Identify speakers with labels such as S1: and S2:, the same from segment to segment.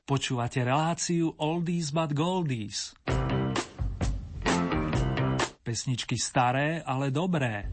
S1: Počúvate reláciu Oldies but Goldies. Pesničky staré, ale dobré.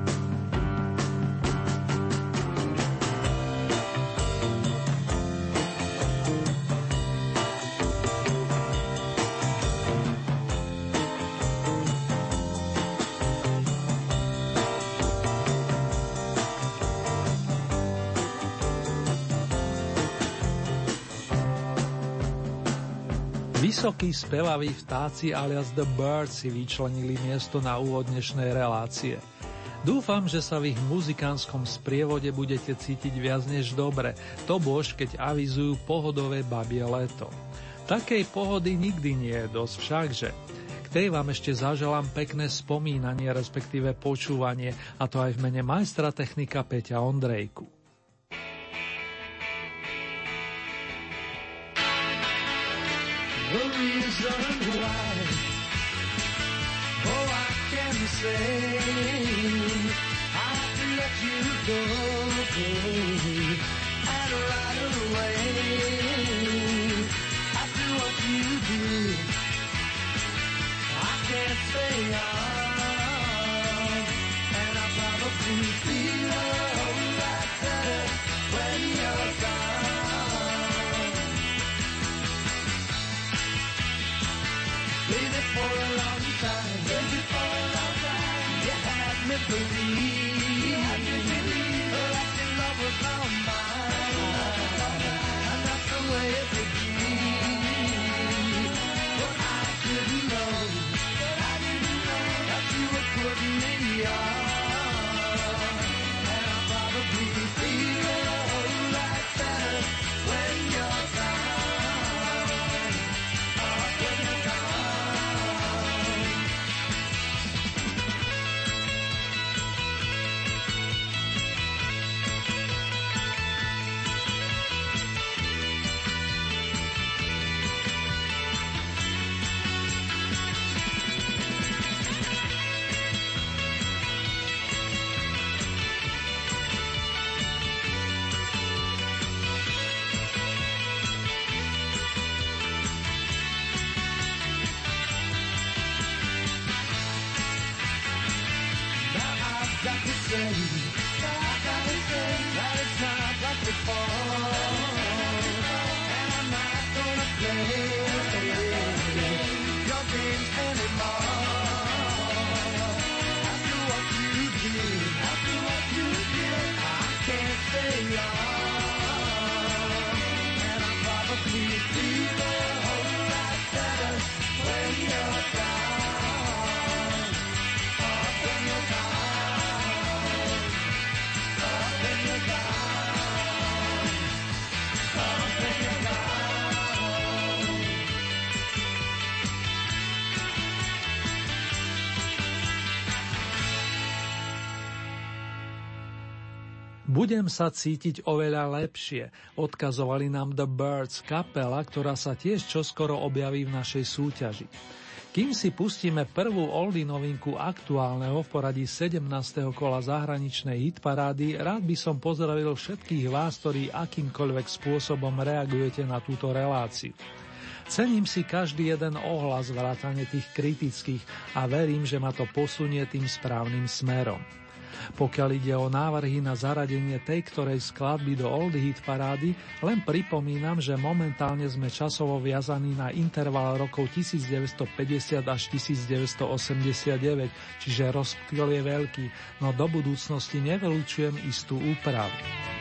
S2: Vysokí spevaví vtáci alias The Birds si vyčlenili miesto na úvod dnešnej relácie. Dúfam, že sa v ich muzikánskom sprievode budete cítiť viac než dobre, tobož keď avizujú pohodové babie leto. Takej pohody nikdy nie je dosť všakže. K tej vám ešte zaželám pekné spomínanie, respektíve počúvanie, a to aj v mene majstra technika Peťa Ondrejku.
S3: The reason why, oh, I can say I have to let you go, and right away, after what you did, I can't stay on, and I probably feel a whole lot better when you're gone. Baby, for a long time, you had me believe that your love was all mine, and that's the way it would be. But I didn't know that you would put me on, and I probably feel a whole lot better when you're gone. When you're gone. That it's not like before, and I'm not gonna play your games anymore. After what you did, I can't stay on, and I probably feel a whole lot better when you're gone. When you're gone.
S2: Budem sa cítiť oveľa lepšie, odkazovali nám The Birds, kapela, ktorá sa tiež čoskoro objaví v našej súťaži. Kým si pustíme prvú oldie novinku aktuálneho v poradí 17. kola zahraničnej hitparády, rád by som pozdravil všetkých vás, ktorí akýmkoľvek spôsobom reagujete na túto reláciu. Cením si každý jeden ohlas vrátane tých kritických a verím, že ma to posunie tým správnym smerom. Pokiaľ ide o návrhy na zaradenie tej ktorej skladby do oldie hitparády, len pripomínam, že momentálne sme časovo viazaní na interval rokov 1950 až 1989, čiže rozptyl je veľký, no do budúcnosti nevylučujem istú úpravu.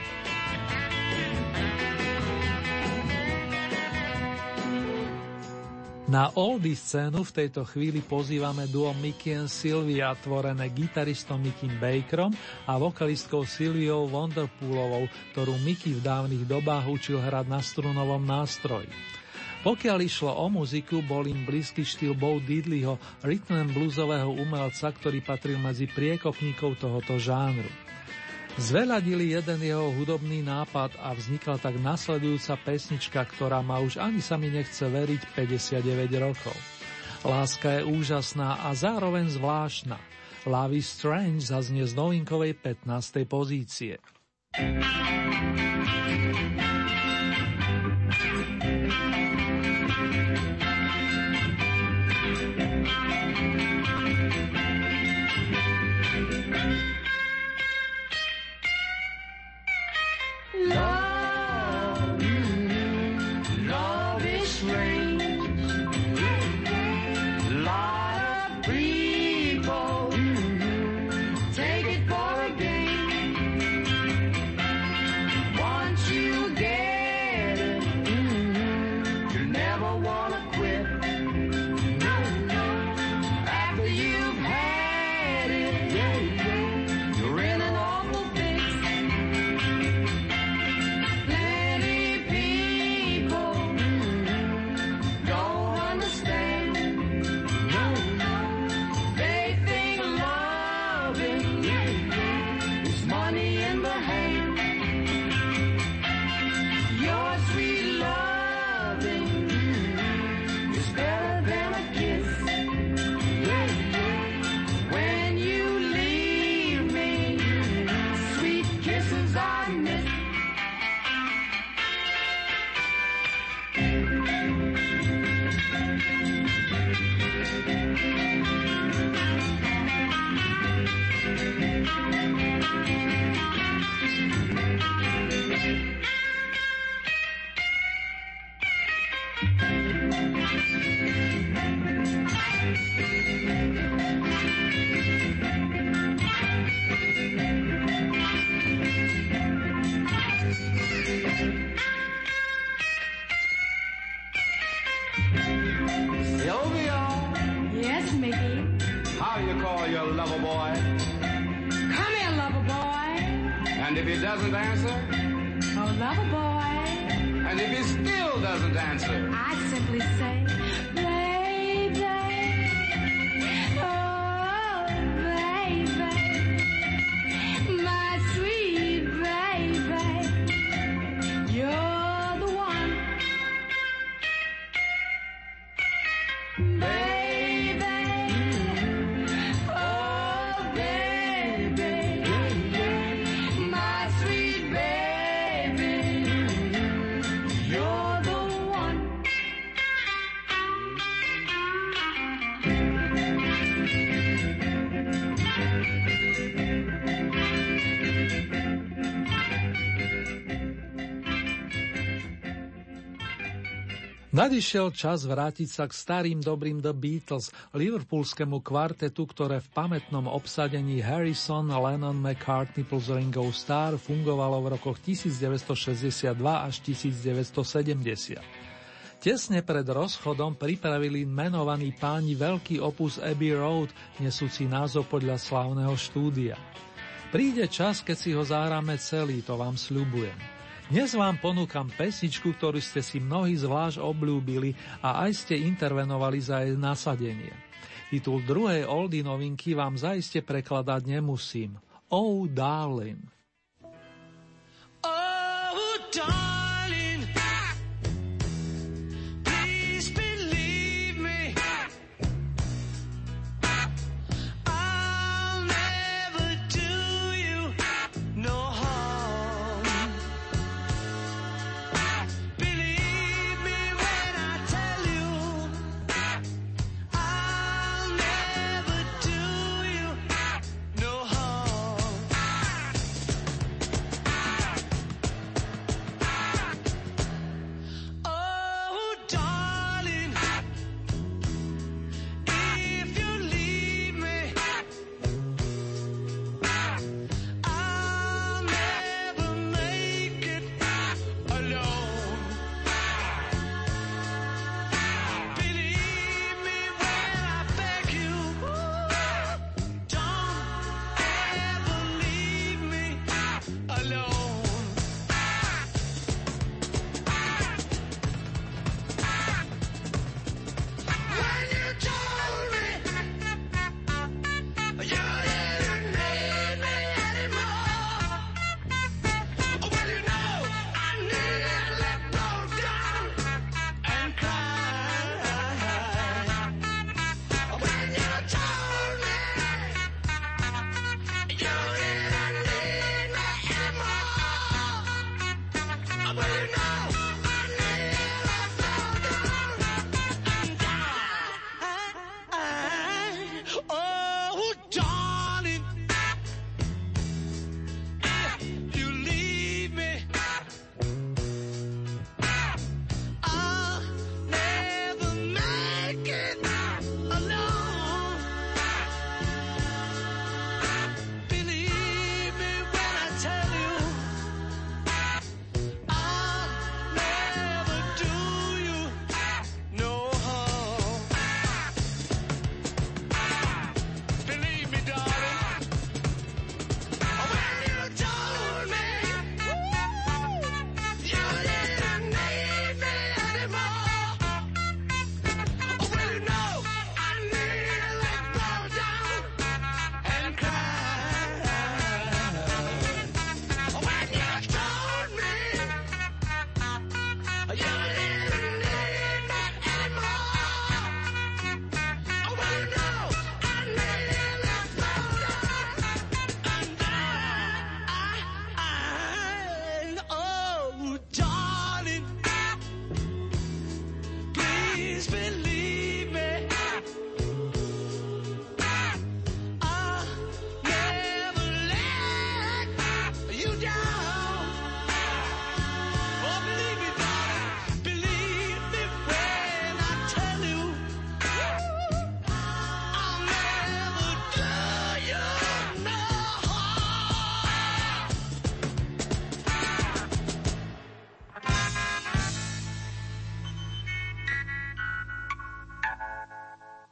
S2: Na oldie scénu v tejto chvíli pozývame duo Mickey and Sylvia, tvorené gitaristom Mickeym Bakerom a vokalistkou Sylviou Wonderpoolovou, ktorú Mickey v dávnych dobách učil hrať na strunovom nástroji. Pokiaľ išlo o muziku, bol im blízky štýl Bo Diddleyho, rhythm and bluesového umelca, ktorý patril medzi priekopníkov tohoto žánru. Zveľadili jeden jeho hudobný nápad a vznikla tak nasledujúca pesnička, ktorá má už ani sa mi nechce veriť 59 rokov. Láska je úžasná a zároveň zvláštna. Love is Strange zaznie z novinkovej 15. pozície.
S3: Love is strange. Lot of people take it for a game. Once you get it, you never wanna quit. After you've had it, you're in an awful fix. Plenty people don't understand. They think loving is money in the hand. Your sweet loving is better than a kiss. When you leave me, sweet kisses I miss.
S4: Sylvia,
S5: Yes, Mickey.
S4: how you call your lover boy?
S5: Come here, lover boy.
S4: And if he doesn't answer?
S5: Oh, lover boy.
S4: And if he still doesn't answer?
S5: I simply say, baby. Oh, baby. My sweet baby. You're the one. Baby. Oh, baby. My sweet baby. You're the one.
S2: Nadišiel čas vrátiť sa k starým dobrým The Beatles, liverpoolskému kvartetu, ktoré v pamätnom obsadení Harrison, Lennon, McCartney plus Ringo Starr fungovalo v rokoch 1962 až 1970. Tesne pred rozchodom pripravili menovaní páni veľký opus Abbey Road, nesúci názov podľa slávneho štúdia. Príde čas, keď si ho zahráme celý, to vám sľubujem. Dnes vám ponúkam pesničku, ktorú ste si mnohí zvlášť obľúbili a aj ste intervenovali za jej nasadenie. Titul druhej oldie novinky vám zaiste prekladať nemusím. Oh, darling.
S3: Oh, darling, please believe me. I'll never do you no harm. Believe me when I tell you, I'll never do you no harm.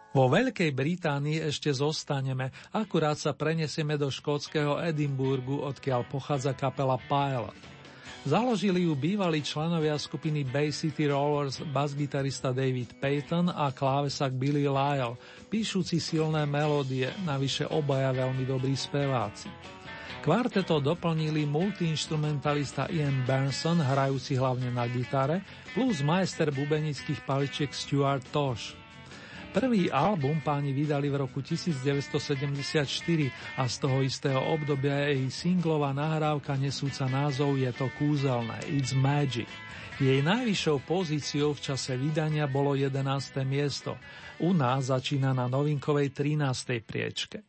S2: Vo Veľkej Británii ešte zostaneme, akurát sa prenesieme do škótskeho Edinburgu, odkiaľ pochádza kapela Pilot. Založili ju bývalí členovia skupiny Bay City Rollers, basgitarista David Payton a klávesak Billy Lyle, píšuci silné melódie, navyše obaja veľmi dobrí speváci. Kvarteto doplnili multiinstrumentalista Ian Benson, hrajúci hlavne na gitare, plus majster bubenických paličiek Stuart Tosh. Prvý album páni vydali v roku 1974 a z toho istého obdobia je jej singlová nahrávka nesúca názov Je to kúzelné, It's Magic. Jej najvyššou pozíciou v čase vydania bolo 11. miesto. U nás začína na novinkovej 13. priečke.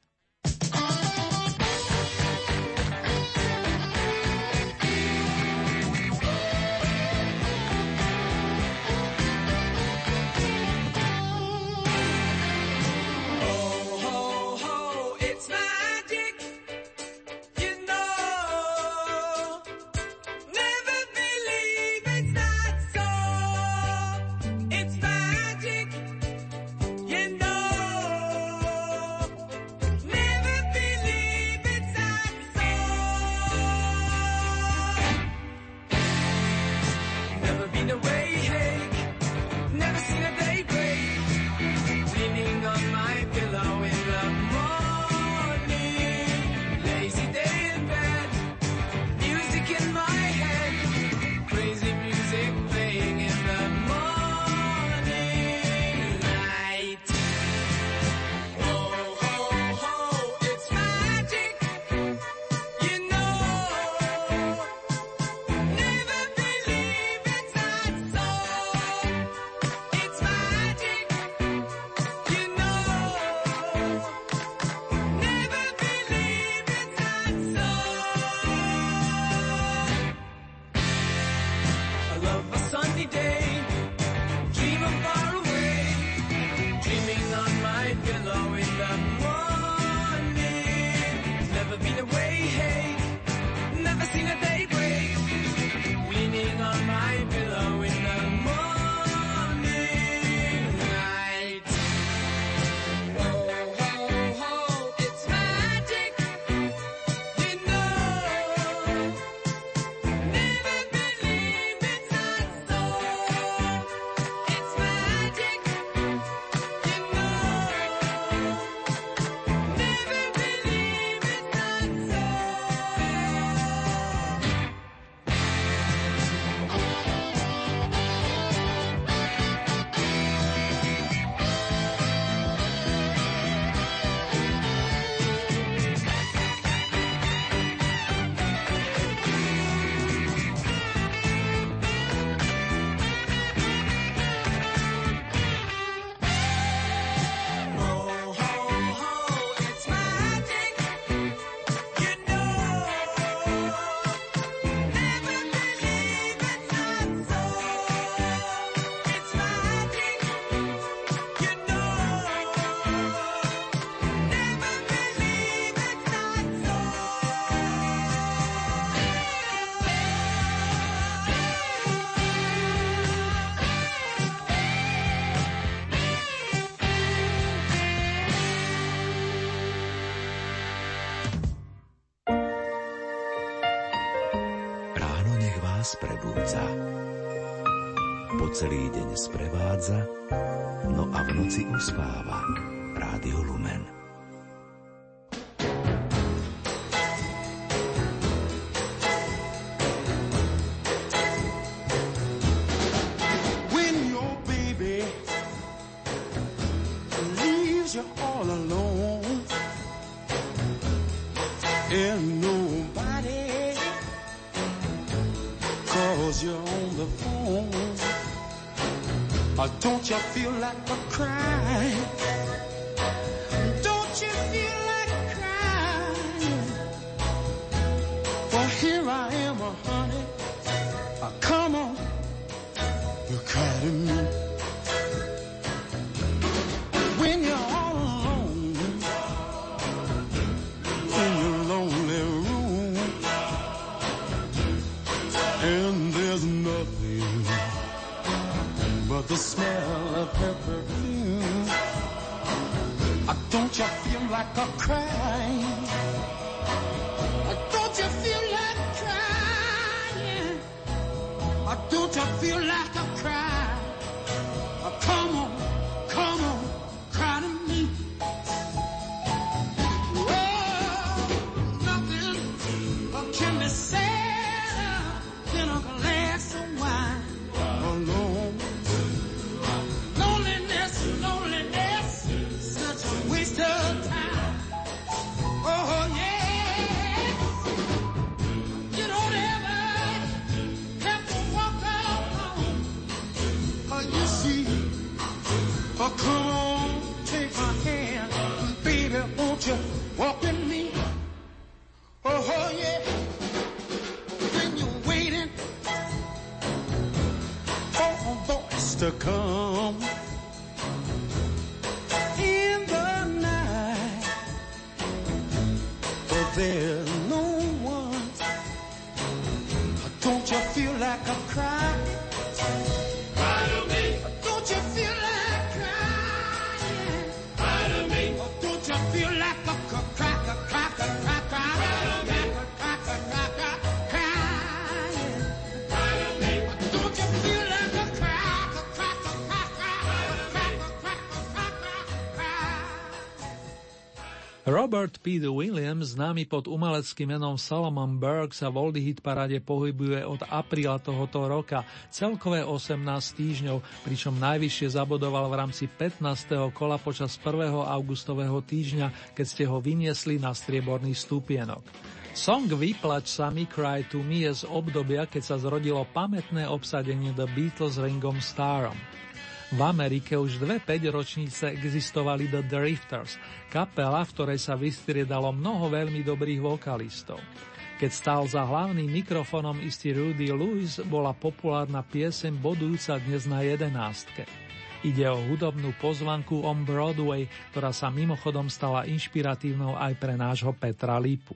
S6: Prebúdza. Po celý deň sprevádza, no a v noci uspáva. Rádio Lumen.
S3: When your baby leaves you all alone and nobody calls you on the phone, don't you feel like a crying? Don't you feel like crying? Well, here I am, honey. Come on, you cry to me. When you're all alone in your lonely room, and there's nothing but the smell of her perfume. to come in the night, but there's no one. Don't you feel like a cry? Cry to me. Don't you feel like crying? Cry to me. Don't you feel like a cry?
S2: Robert P. Williams, známy pod umeleckým menom Solomon Burke, sa v oldie hit paráde pohybuje od apríla tohoto roka, celkové 18 týždňov, pričom najvyššie zabodoval v rámci 15. kola počas 1. augustového týždňa, keď ste ho vyniesli na strieborný stupienok. Song Vyplač sa mi Cry to Me je z obdobia, keď sa zrodilo pamätné obsadenie The Beatles Ringom Starrom. V Amerike už 2 päťročnice existovali The Drifters, kapela, v ktorej sa vystriedalo mnoho veľmi dobrých vokalistov. Keď stál za hlavným mikrofónom istý Rudy Lewis, bola populárna pieseň bodujúca dnes na 11. Ide o hudobnú pozvanku On Broadway, ktorá sa mimochodom stala inšpiratívnou aj pre nášho Petra Lipu.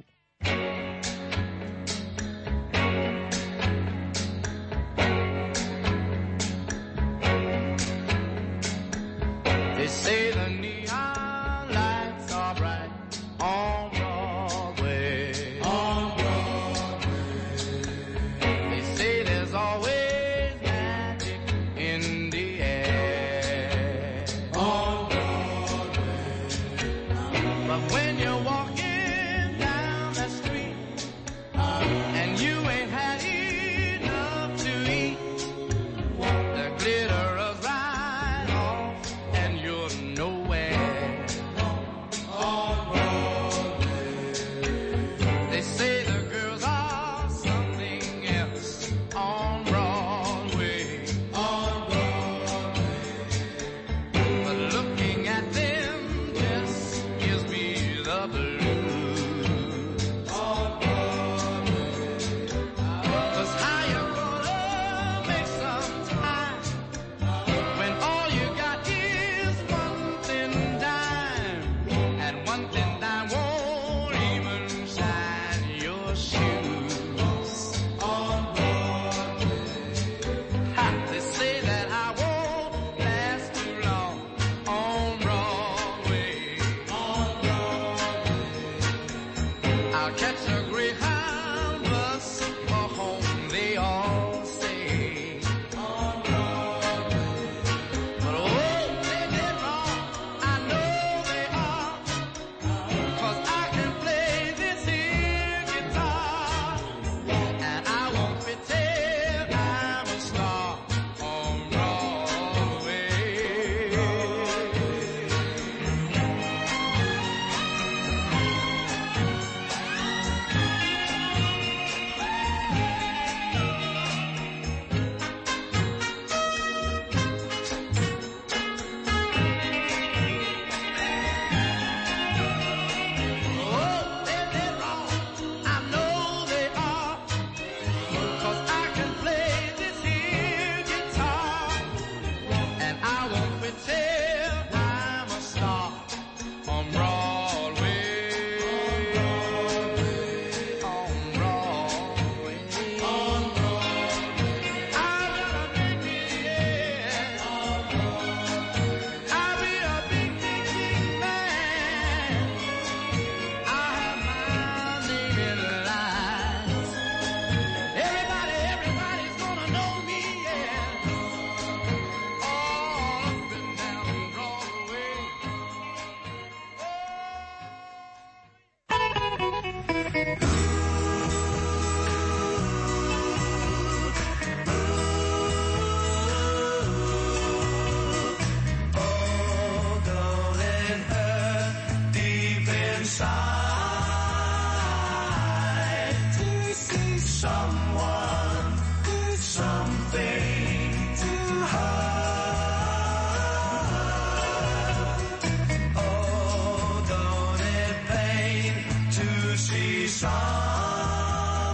S3: When you're walking down the street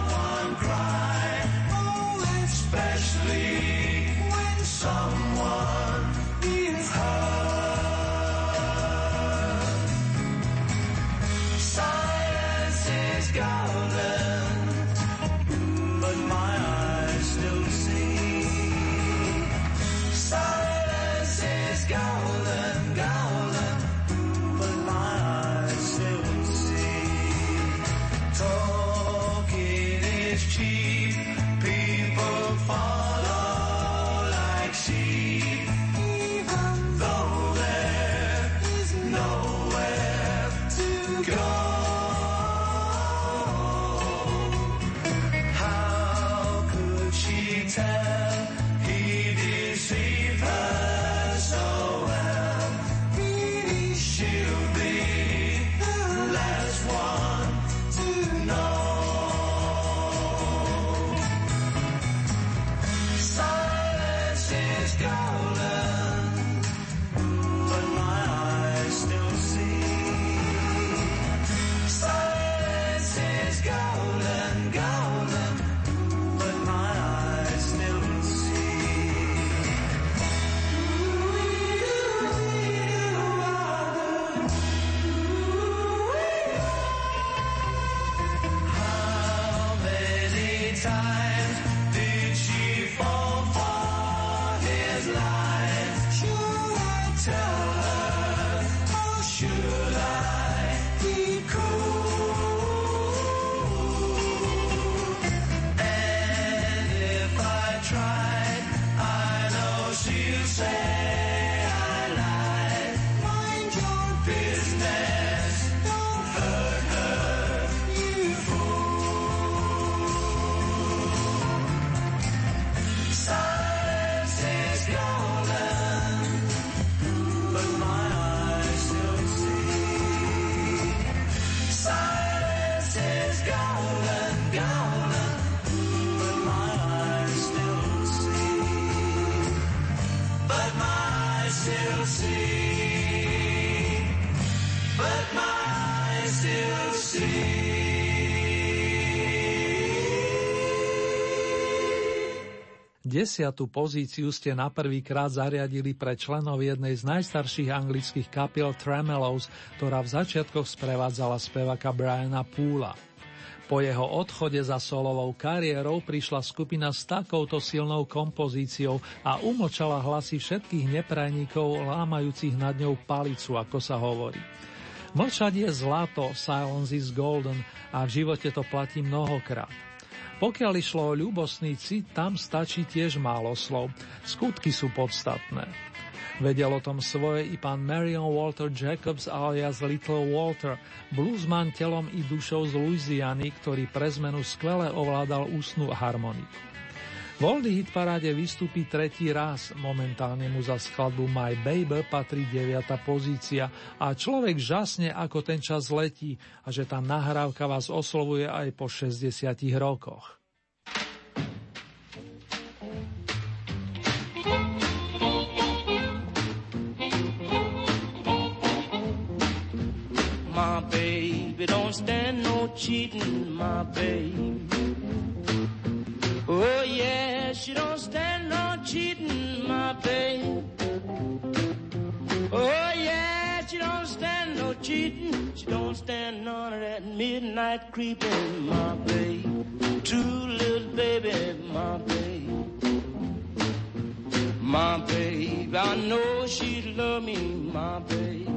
S7: someone
S2: Desiatú pozíciu ste na prvýkrát zariadili pre členov jednej z najstarších anglických kapiel Tremeloes, ktorá v začiatkoch sprevádzala speváka Briana Poola. Po jeho odchode za solovou kariérou prišla skupina s takouto silnou kompozíciou a umlčala hlasy všetkých neprajníkov lámajúcich nad ňou palicu, ako sa hovorí. Mlčať je zlato, silence is golden a v živote to platí mnohokrát. Pokiaľ išlo o ľúbosný cit, tam stačí tiež málo slov. Skutky sú podstatné. Vedel o tom svoje i pán Marion Walter Jacobs alias Little Walter, bluesman telom i dušou z Louisiany, ktorý pre zmenu skvele ovládal ústnu harmoniku. V Oldie hitparáde vystúpi tretí raz, momentálne mu za skladbu My Baby patrí 9. pozícia a človek žasne, ako ten čas letí a že tá nahrávka vás oslovuje aj po 60 rokoch.
S3: My baby don't stand no cheating, my baby. Oh yeah, she don't stand no cheating, my baby. Oh yeah, she don't stand no cheating. She don't stand none of that midnight creeping, my baby. True little baby, my baby. My baby, I know she love me, my baby.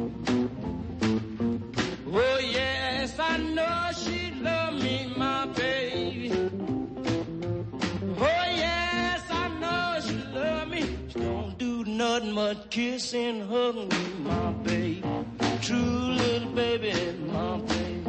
S3: Oh yes, I know she love me, my baby. Oh yes, I know she love me. She don't do nothing but kiss and hug me, my baby. True little baby, my baby.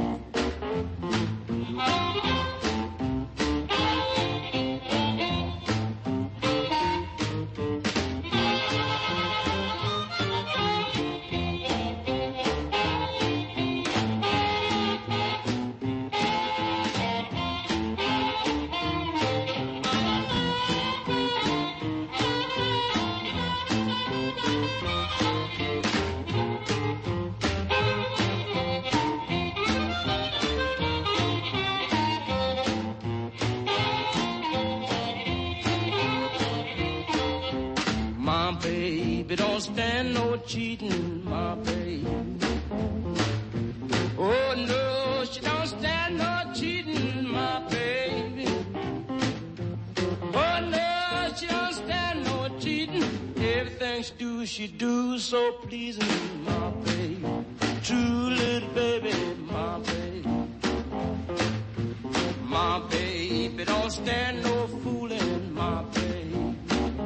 S3: Don't stand no cheating, my baby. Oh no, she don't stand she do so pleasing, my baby, true little baby, my baby. My baby don't stand no fooling, my baby.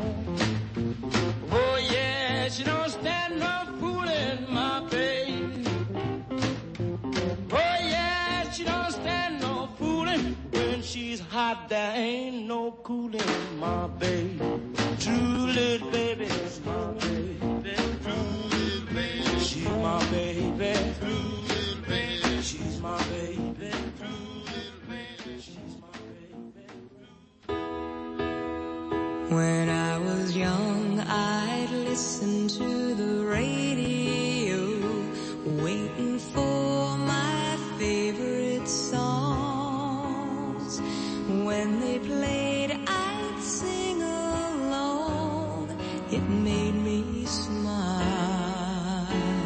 S3: Oh yeah, she don't stand no fooling, my baby. Oh yeah, she don't stand no fooling. When she's hot, there ain't no cooling, my baby. True little baby, my baby. True little baby, she's my baby. True little baby, she's my baby. True little baby, she's my baby.
S7: When I was young, I'd listen to the radio, waiting for my favorite songs. When they played, I'd sing along. It made me smile.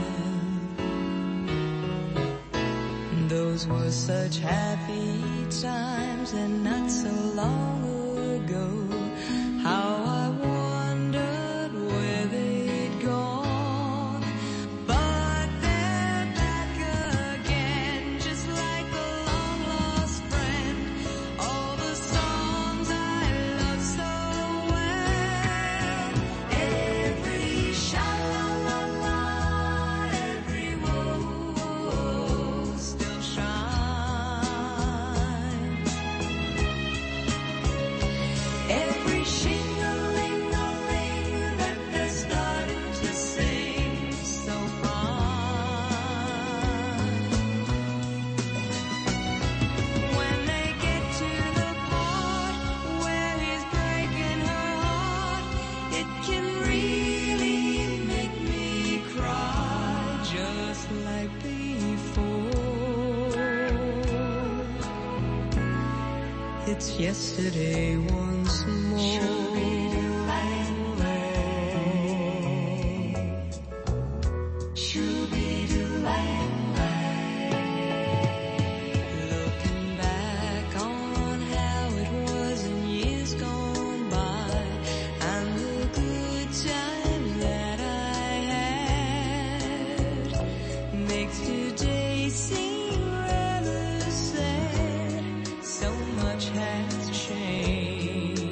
S7: Those were such happy times, and not so long ago. How I wondered where they'd gone. But they're back again, just like a long-lost friend. All the songs I love so well. Every sha-la-la-la, every woe still shines. Every shing-a-ling-a-ling that they're starting to sing so fine. When they get to the part where he's breaking her heart, it can really make me cry, just like before. It's yesterday once more. Looking back on how it was in years gone by, and the good time that I had, makes today seem rather sad. So much has changed.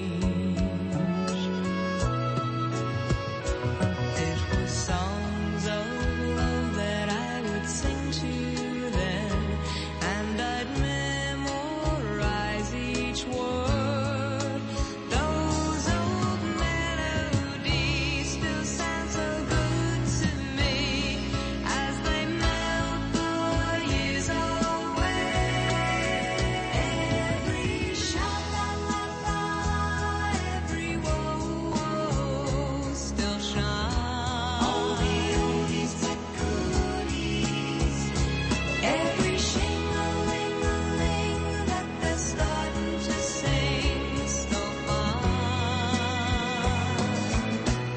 S7: It was songs of love that I would sing to them, and I'd memorize each word. Those old melodies still sound so good to me as they melt the years away. Every sha-la-la-la, every woe still shines. All the oldies but goodies. Every shing-a-ling-a-ling that they're starting to sing so fine.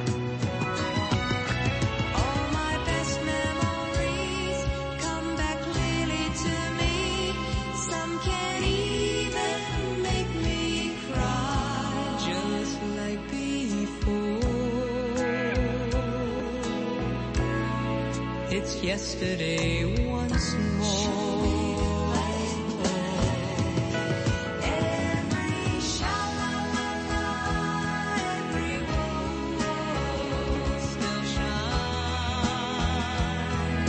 S7: All my best memories come back clearly to me. Some can even make me cry, just like before. It's yesterday once more. Every sha-la-la-la, every woe still shines.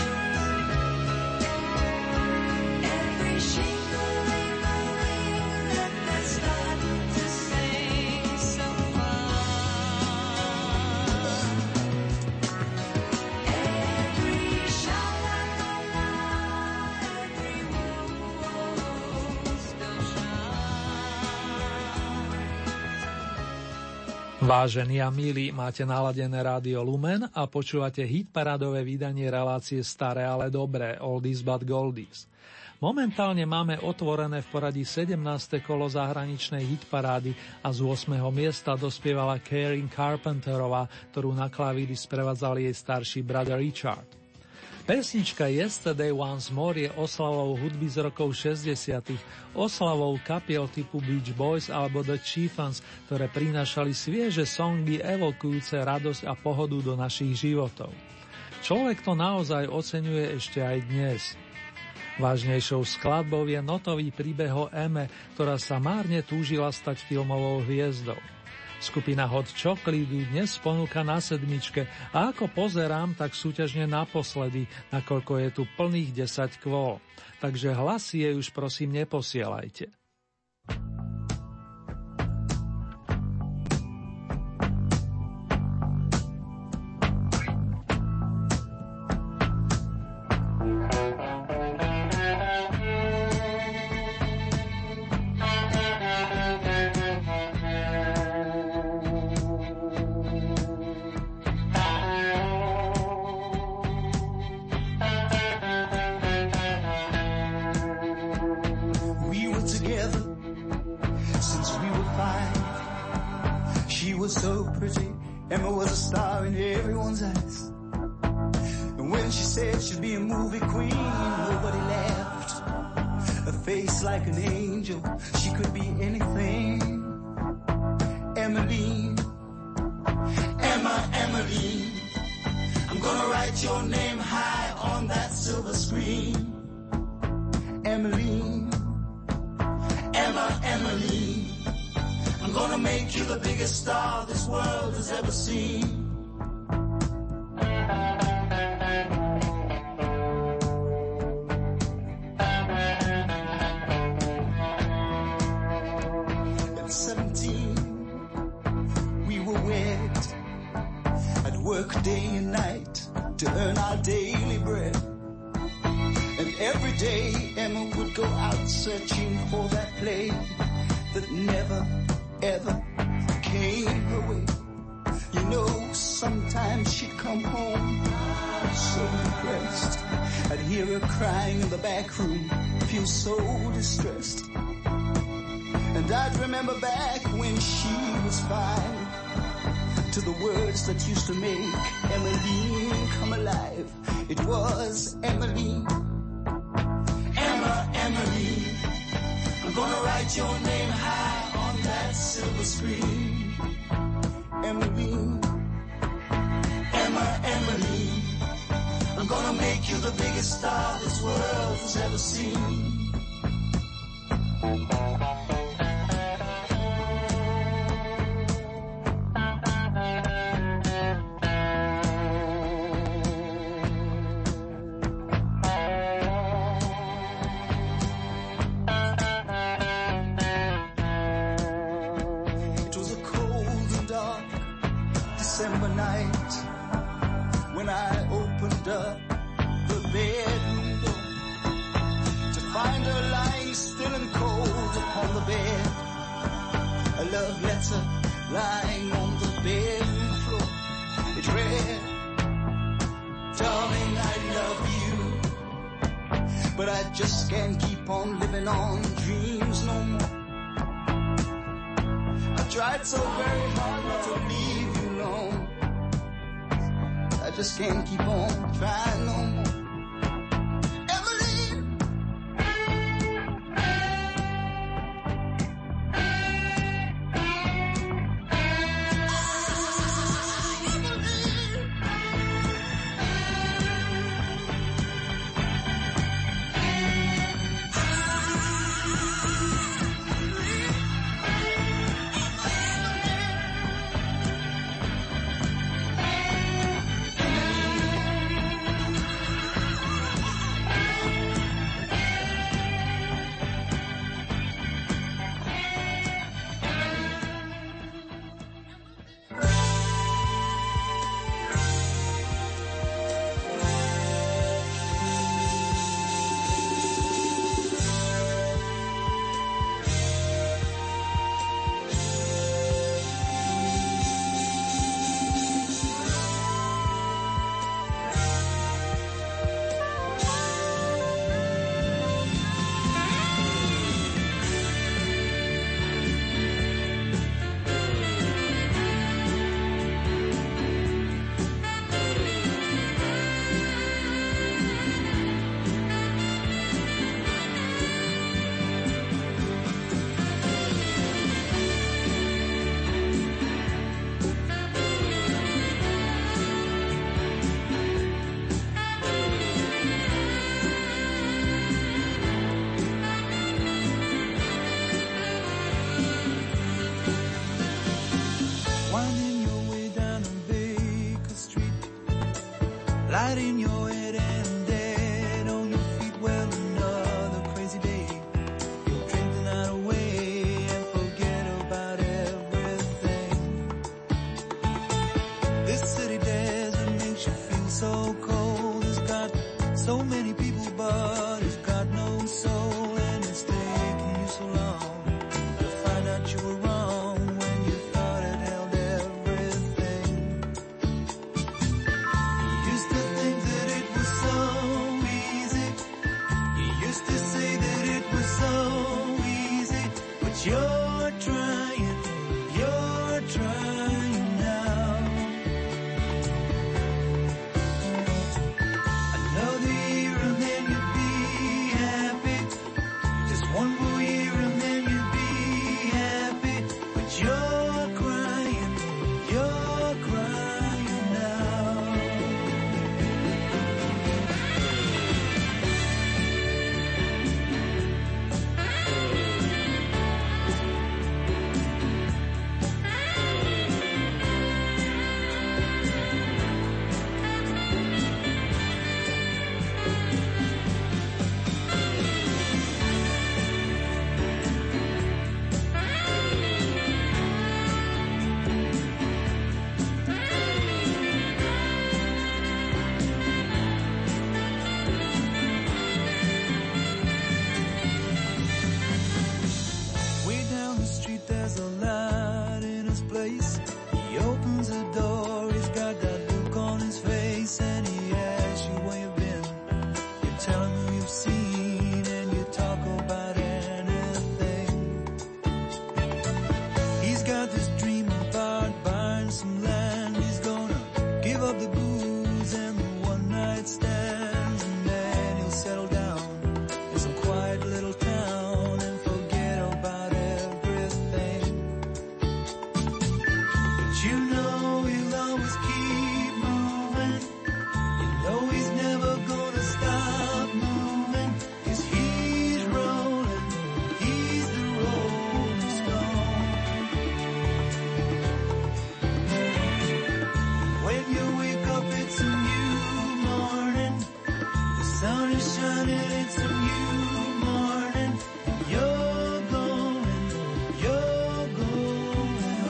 S7: Every shing-a-ling-a-ling that they're starting to sing so fine. Every sha-la-la-la, every woe still shines.
S2: Vážení a milí, máte naladené Rádio Lumen a počúvate hitparádové vydanie relácie Staré, ale dobré, Oldies but Goldies. Momentálne máme otvorené v poradí 17. kolo zahraničnej hitparády a z 8. miesta dospievala Karen Carpenterová, ktorú na klavíri sprevádzal jej starší brat Richard. Pesnička Yesterday Once More je oslavou hudby z rokov 60., oslavou kapiel typu Beach Boys alebo The Chieftains, ktoré prinášali svieže songy evokujúce radosť a pohodu do našich životov. Človek to naozaj oceňuje ešte aj dnes. Vážnejšou skladbou je notový príbeh o Eme, ktorá sa márne túžila stať filmovou hviezdou. Skupina Hot Chocolate ju dnes ponúka na 7. a ako pozerám, tak súťažne naposledy, nakoľko je tu plných 10 kvôl. Takže hlasy jej už prosím neposielajte.
S8: Like an angel, she could be anything. Emmeline, Emmeline, I'm gonna write your name high on that silver screen. Emmeline, Emmeline, I'm gonna make you the biggest star this world has ever seen. Day and night to earn our daily bread. And every day Emma would go out searching for that play that never, ever came her way. You know, sometimes she'd come home so depressed. I'd hear her crying in the back room, feel so distressed. And I'd remember back when she was 5, to the words that used to make Emmeline come alive. It was Emmeline, Emmeline, I'm gonna write your name high on that silver screen. Emmeline, Emmeline, I'm gonna make you the biggest star this world has ever seen. Lying on the bedroom floor, it read, darling, I love you, but I just can't keep on living on dreams no more. I tried so very hard not to leave you alone. I just can't keep on trying no more. you're trying now. Another year and then you'd be happy. Just one more year and then you'd be happy. But you're crying now. Way down the street there's a light in his place. He opens the door, he's got that look on his face, and he asks you where you've been. You tell him who you've seen, and you talk about anything. He's got this dream about buying some land. He's gonna give up the booze and the one night stands, and then he'll settle down in some quiet little town and forget about everything. But you know he'll always keep moving. You know he's never gonna stop moving, 'cause he's rolling, he's the Rolling Stone. When you wake up it's a new morning. The sun is shining, it's a new morning. You're going home.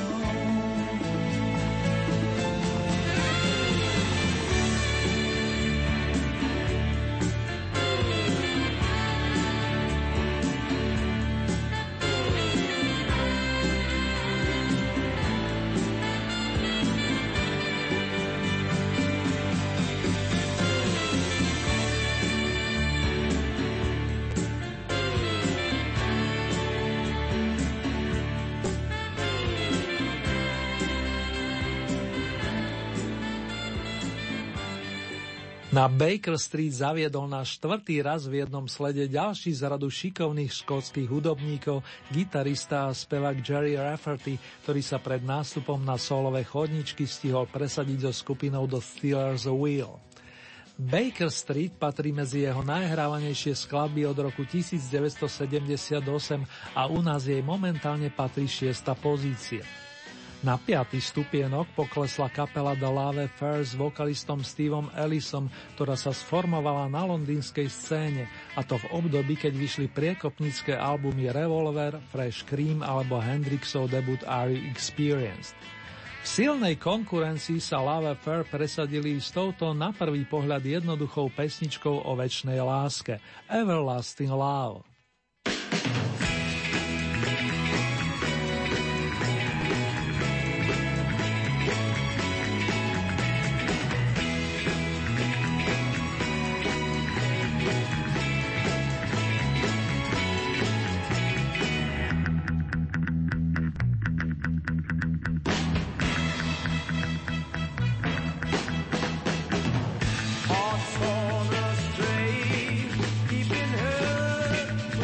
S2: Na Baker Street zaviedol na 4. raz v jednom slede ďalší z radu šikovných škótskych hudobníkov, gitarista a spevák Jerry Rafferty, ktorý sa pred nástupom na solové chodničky stihol presadiť so skupinou The Steelers Wheel. Baker Street patrí medzi jeho najhrávanejšie skladby od roku 1978 a u nás jej momentálne patrí 6. pozícia. Na 5. stupienok poklesla kapela The Love Affairs s vokalistom Steveom Ellisom, ktorá sa sformovala na londýnskej scéne, a to v období, keď vyšli priekopnícke albumy Revolver, Fresh Cream alebo Hendrixov debut Are You Experienced. V silnej konkurencii sa Love Affair presadili s touto na prvý pohľad jednoduchou pesničkou o večnej láske Everlasting Love.
S3: Hearts torn astray, keeping her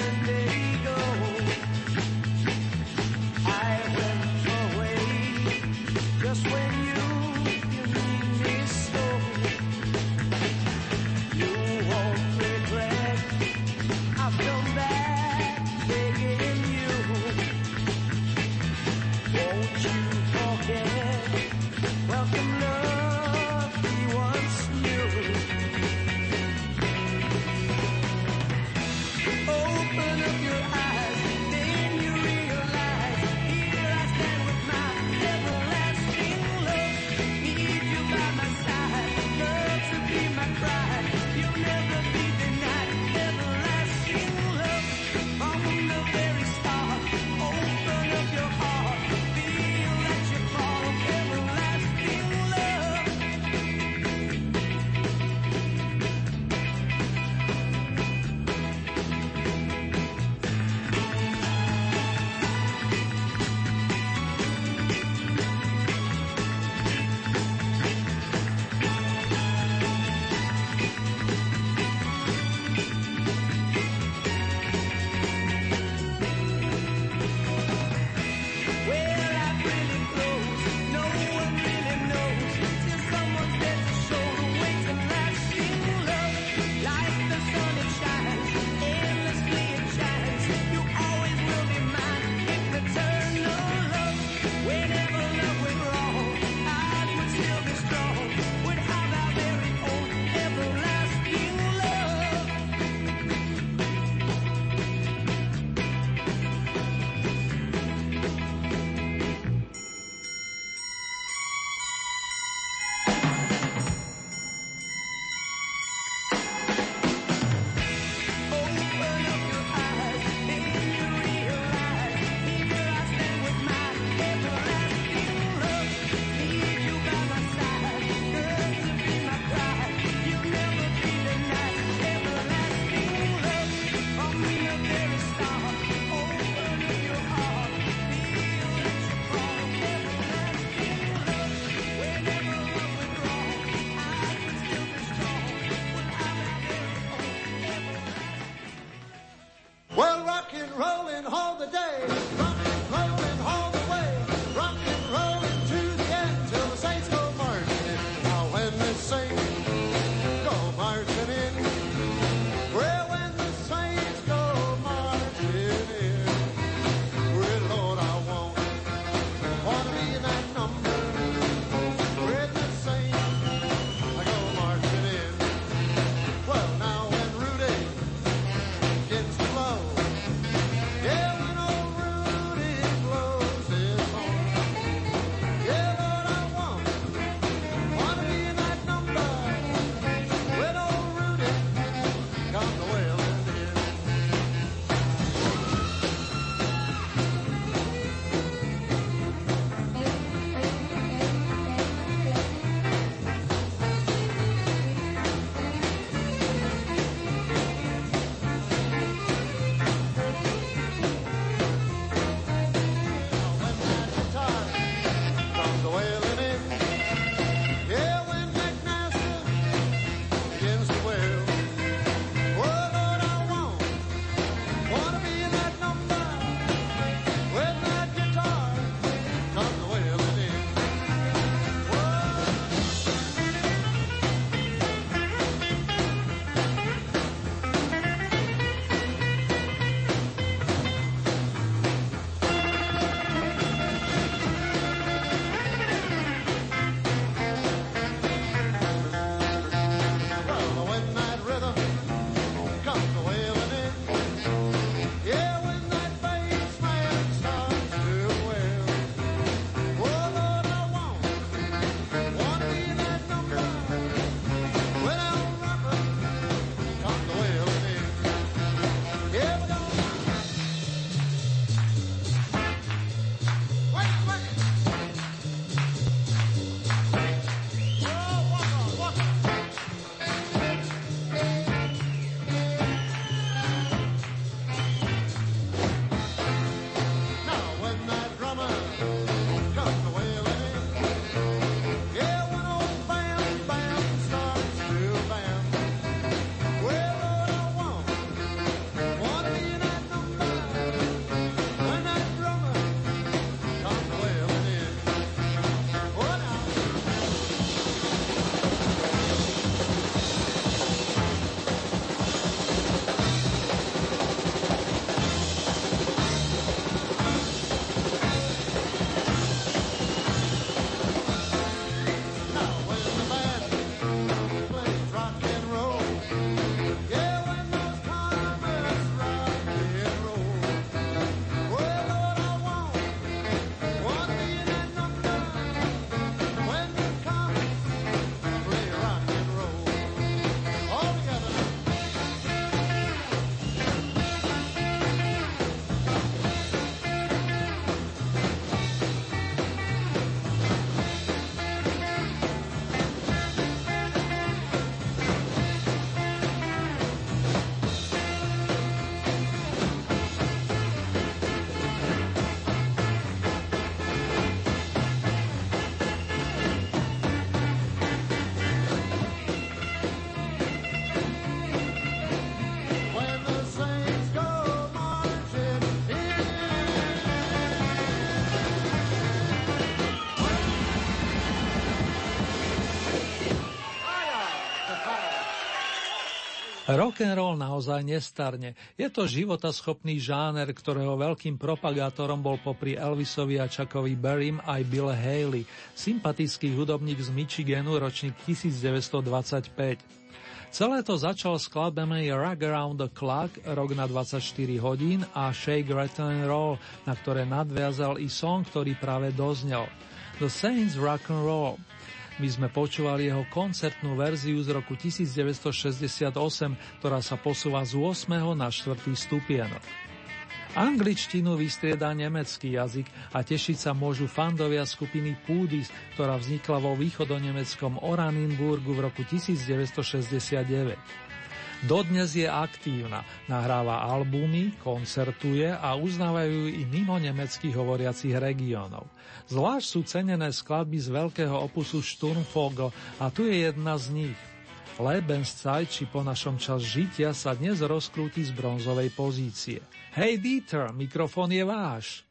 S2: Rock'n'roll naozaj nestarne. Je to životaschopný žáner, ktorého veľkým propagátorom bol popri Elvisovi a Chuckovi Berrym aj Bill Haley, sympatický hudobník z Michiganu, ročník 1925. Celé to začalo skladbami Rock Around the Clock, rok na 24 hodín a Shake, Rattle and Roll, na ktoré nadviazal i song, ktorý práve doznel. The Saints Rock'n'Roll. My sme počúvali jeho koncertnú verziu z roku 1968, ktorá sa posúva z 8. na 4. stupienok. Angličtinu vystrieda nemecký jazyk a tešiť sa môžu fandovia skupiny Pudis, ktorá vznikla vo východonemeckom Oranienburgu v roku 1969. Dodnes je aktívna, nahráva albumy, koncertuje a uznávajú i mimo nemeckých hovoriacich regiónov. Zvlášť sú cenené skladby z veľkého opusu Sturmvogel a tu je jedna z nich. Lebenszeit, či po našom čas žitia, sa dnes rozkrúti z bronzovej pozície. Hej Dieter, mikrofón je váš.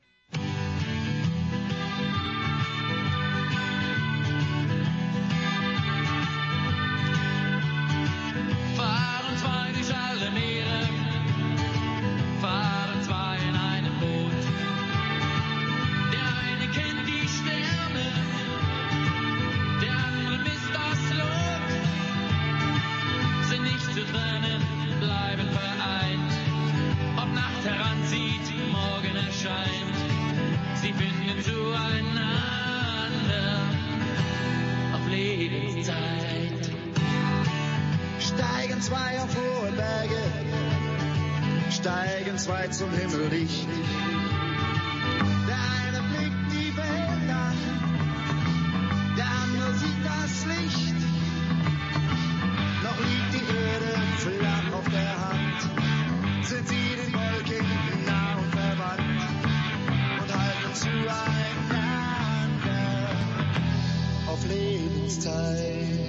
S8: Zwei auf hohe Berge, steigen zwei zum Himmel dicht. Der eine blickt die Welt an, der andere sieht das Licht. Noch liegt die Erde flach auf der Hand, sind sie den Wolken nah und verwandt und halten zueinander auf Lebenszeit.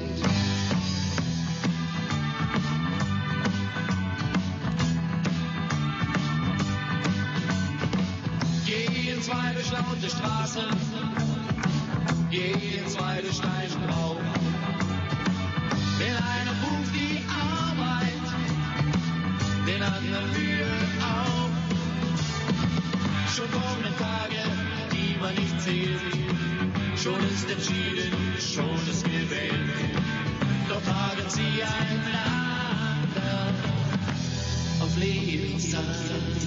S3: Zwei durch laute Straßen, gehen zwei durch steilen Raum. Den einen ruft die Arbeit, den anderen Mühe auf. Schon kommen Tage, die man nicht zählt, schon ist entschieden, schon ist gewählt. Doch tragen sie einander auf Lebenszeit.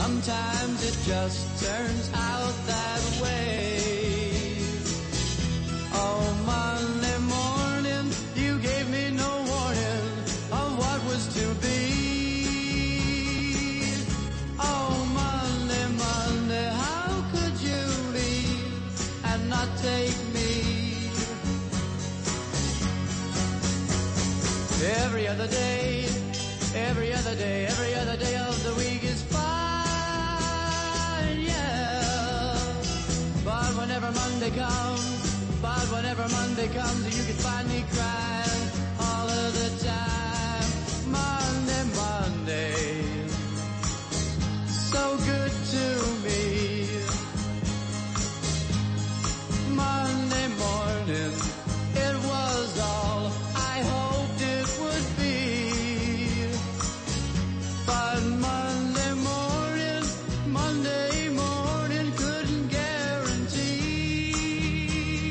S3: Sometimes it just turns out that way. Oh, Monday morning, you gave me no warning of what was to be. Oh, Monday, Monday, how could you leave and not take me? Every other day, every other day, every other day of the week is fine, yeah. But whenever Monday comes, you can find me crying all of the time. Monday, Monday, so good to me. Monday morning, it was all I hoped it would be. But Monday morning couldn't guarantee.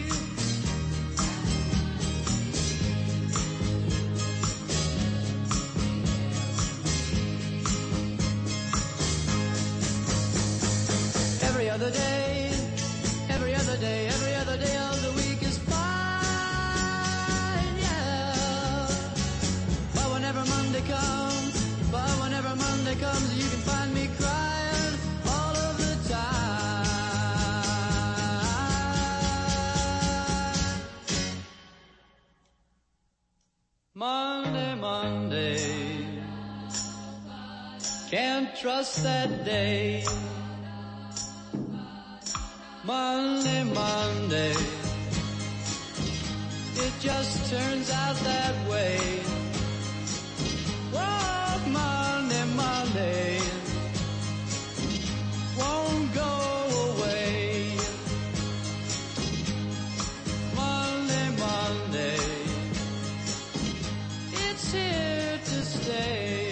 S3: Every other day, every other day, every other day of the week is fine, yeah. But whenever Monday comes, you can find me crying all of the time. Monday, Monday, can't trust that day. Monday, Monday, it just turns out that way. Oh, Monday, Monday, won't go away. Monday, Monday, it's here to stay.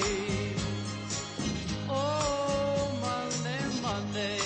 S3: Oh, Monday, Monday.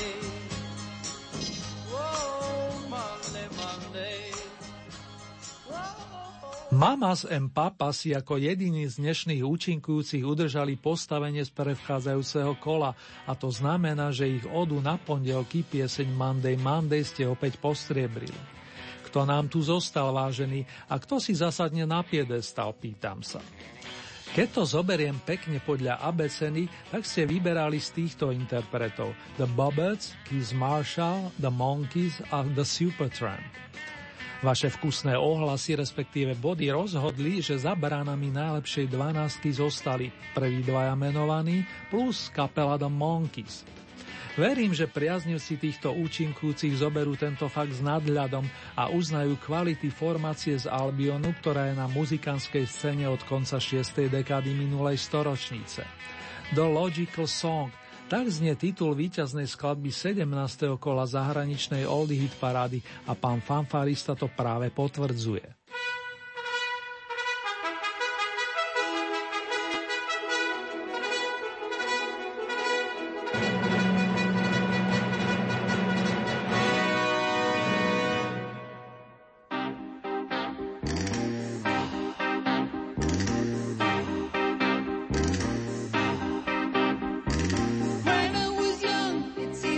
S2: Mamas and Papa si ako jediní z dnešných účinkujúcich udržali postavenie z predchádzajúceho kola a to znamená, že ich odu na pondelky pieseň Monday Monday ste opäť postriebrili. Kto nám tu zostal, vážený, a kto si zasadne na piedestal, pýtam sa. Keď to zoberiem pekne podľa abecedy, tak ste vyberali z týchto interpretov The Bobbets, Keith Marshall, The Monkees a The Supertramp. Vaše vkusné ohlasy, respektíve body rozhodli, že za bránami najlepšej 12 zostali prví dvaja menovaní plus kapela The Monkees. Verím, že priaznivci týchto účinkujúcich zoberú tento fakt s nadhľadom a uznajú kvality formácie z Albionu, ktorá je na muzikantskej scéne od konca 6. dekády minulej storočnice. The Logical Song, tak znie titul víťaznej skladby 17. kola zahraničnej oldie hit parády a pán fanfarista to práve potvrdzuje.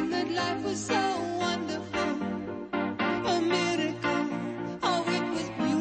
S7: So wonderful, a miracle, oh it was beautiful.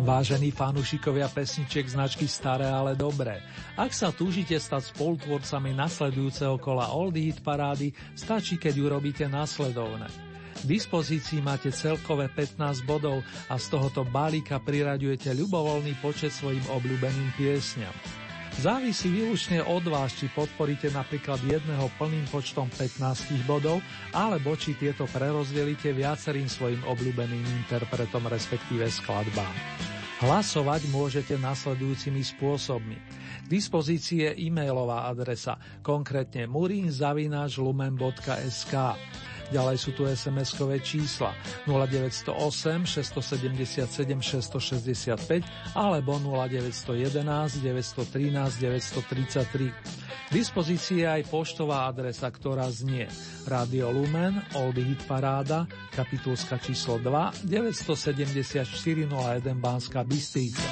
S2: Vážení fanúšikovia pesničiek značky Staré, ale dobré, ak sa túžite stať spolutvorcami nasledujúceho kola Oldie Hit parády, stačí, keď urobíte nasledovné. K dispozícii máte celkové 15 bodov a z tohoto balíka priraďujete ľubovoľný počet svojim obľúbeným piesňam. Závisí výlučne od vás, či podporíte napríklad jedného plným počtom 15 bodov, alebo či tieto prerozdelíte viacerým svojim obľúbeným interpretom, respektíve skladbám. Hlasovať môžete nasledujúcimi spôsobmi. K dispozícii je e-mailová adresa, konkrétne murin@lumen.sk. Ďalej sú tu SMS-kové čísla 0908 677 665 alebo 0911 913 933. K dispozícii je aj poštová adresa, ktorá znie Radio Lumen, Oldie Hit paráda, Kapitulska číslo 2, 974 01 Banská Bystrica.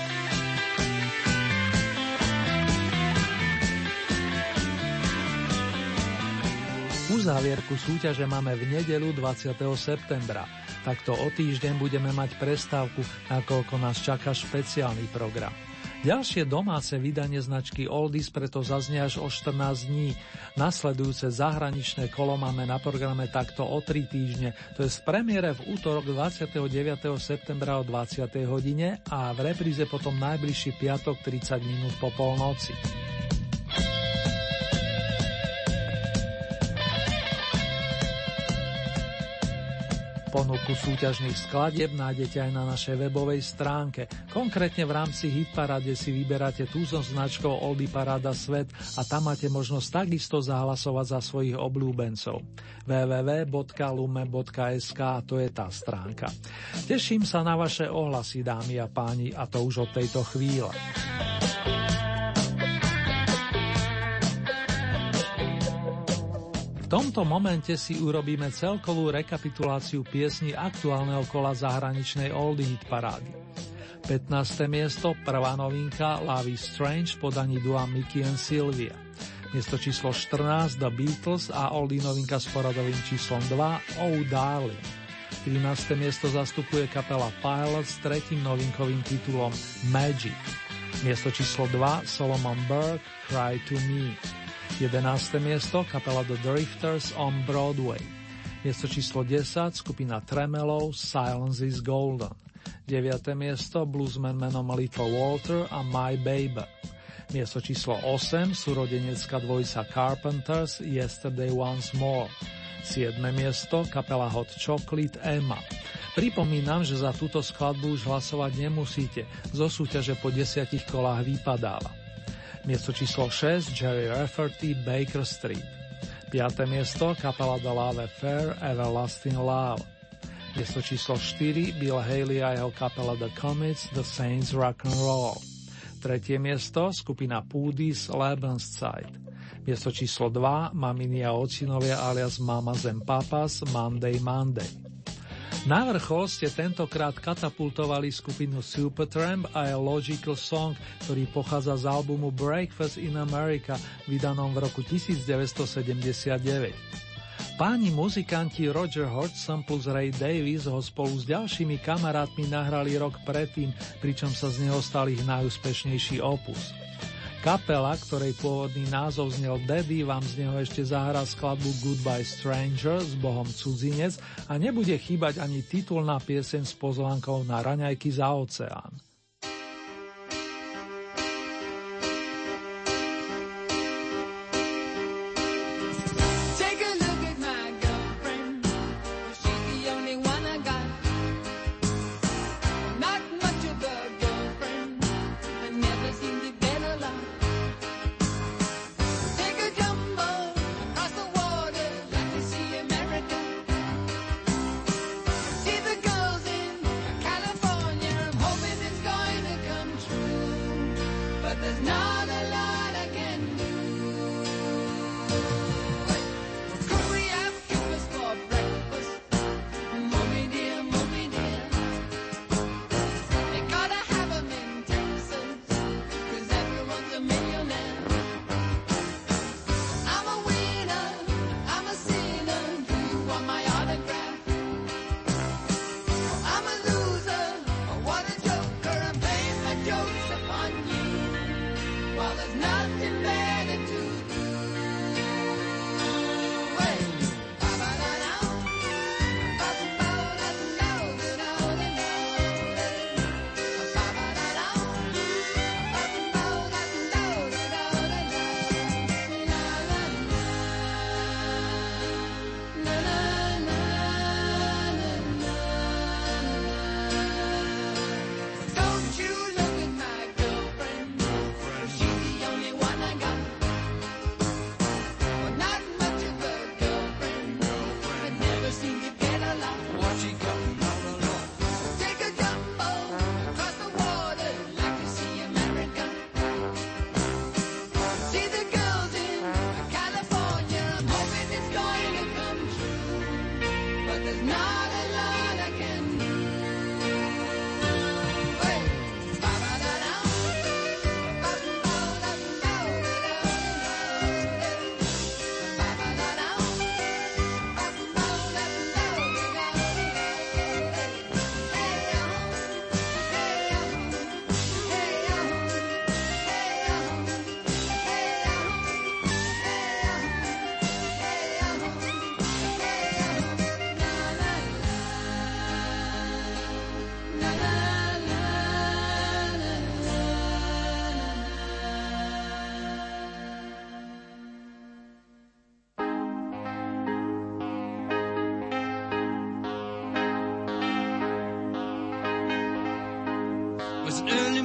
S2: Uzávierku súťaže máme v nedeľu 20. septembra. Takto o týždeň budeme mať prestávku, nakoľko nás čaká špeciálny program. Ďalšie domáce vydanie značky Oldies preto zaznie až o 14 dní. Nasledujúce zahraničné kolo máme na programe takto o 3 týždne, to je v premiére v útorok 29. septembra o 20. hodine a v repríze potom najbližší piatok 30 minút po polnoci. Ponuku súťažných skladieb nájdete aj na našej webovej stránke. Konkrétne v rámci Hitparade si vyberáte tú so značkou Oldie Paráda Svet a tam máte možnosť takisto zahlasovať za svojich obľúbencov. www.lume.sk, to je tá stránka. Teším sa na vaše ohlasy, dámy a páni, a to už od tejto chvíle. V tomto momente si urobíme celkovú rekapituláciu piesní aktuálneho kola zahraničnej Oldie Hit parády. 15. miesto, prvá novinka Love is Strange v podaní dua Mickey and Sylvia. Miesto číslo 14 The Beatles a Oldie novinka s poradovým číslom 2 Oh Darling. 13. miesto zastupuje kapela Pilots s tretím novinkovým titulom Magic. Miesto číslo 2 Solomon Burke Cry to Me. 11. miesto kapela The Drifters on Broadway. Miesto číslo 10 skupina Tremolo Silence is Golden. 9. miesto bluesman menom Little Walter a My Baby. Miesto číslo 8 súrodenecká dvojica Carpenters Yesterday Once More. 7. miesto kapela Hot Chocolate Emma. Pripomínam, že za túto skladbu už hlasovať nemusíte, zo súťaže po 10 kolách vypadáva. Miesto číslo 6 Jerry Rafferty Baker Street. 5. miesto kapela The Love Affair Everlasting Love. Miesto číslo 4 Bill Haley a jeho kapela The Comets The Saints Rock and Roll. 3. miesto skupina Poody's Lebenszeit. Miesto číslo 2 Mamini a ocinovia alias Mamas and Papas Monday Monday. Na vrchol ste tentokrát katapultovali skupinu Supertramp a je Logical Song, ktorý pochádza z albumu Breakfast in America, vydanom v roku 1979. Páni muzikanti Roger Hodgson plus Ray Davies ho spolu s ďalšími kamarátmi nahrali rok predtým, pričom sa z neho stal ich najúspešnejší opus. Kapela, ktorej pôvodný názov znel Daddy, vám z neho ešte zahrá skladbu Goodbye Stranger s Bohom cudzinec a nebude chýbať ani titulná pieseň s pozvánkou na raňajky za oceán.
S3: California, I'm hoping it's gonna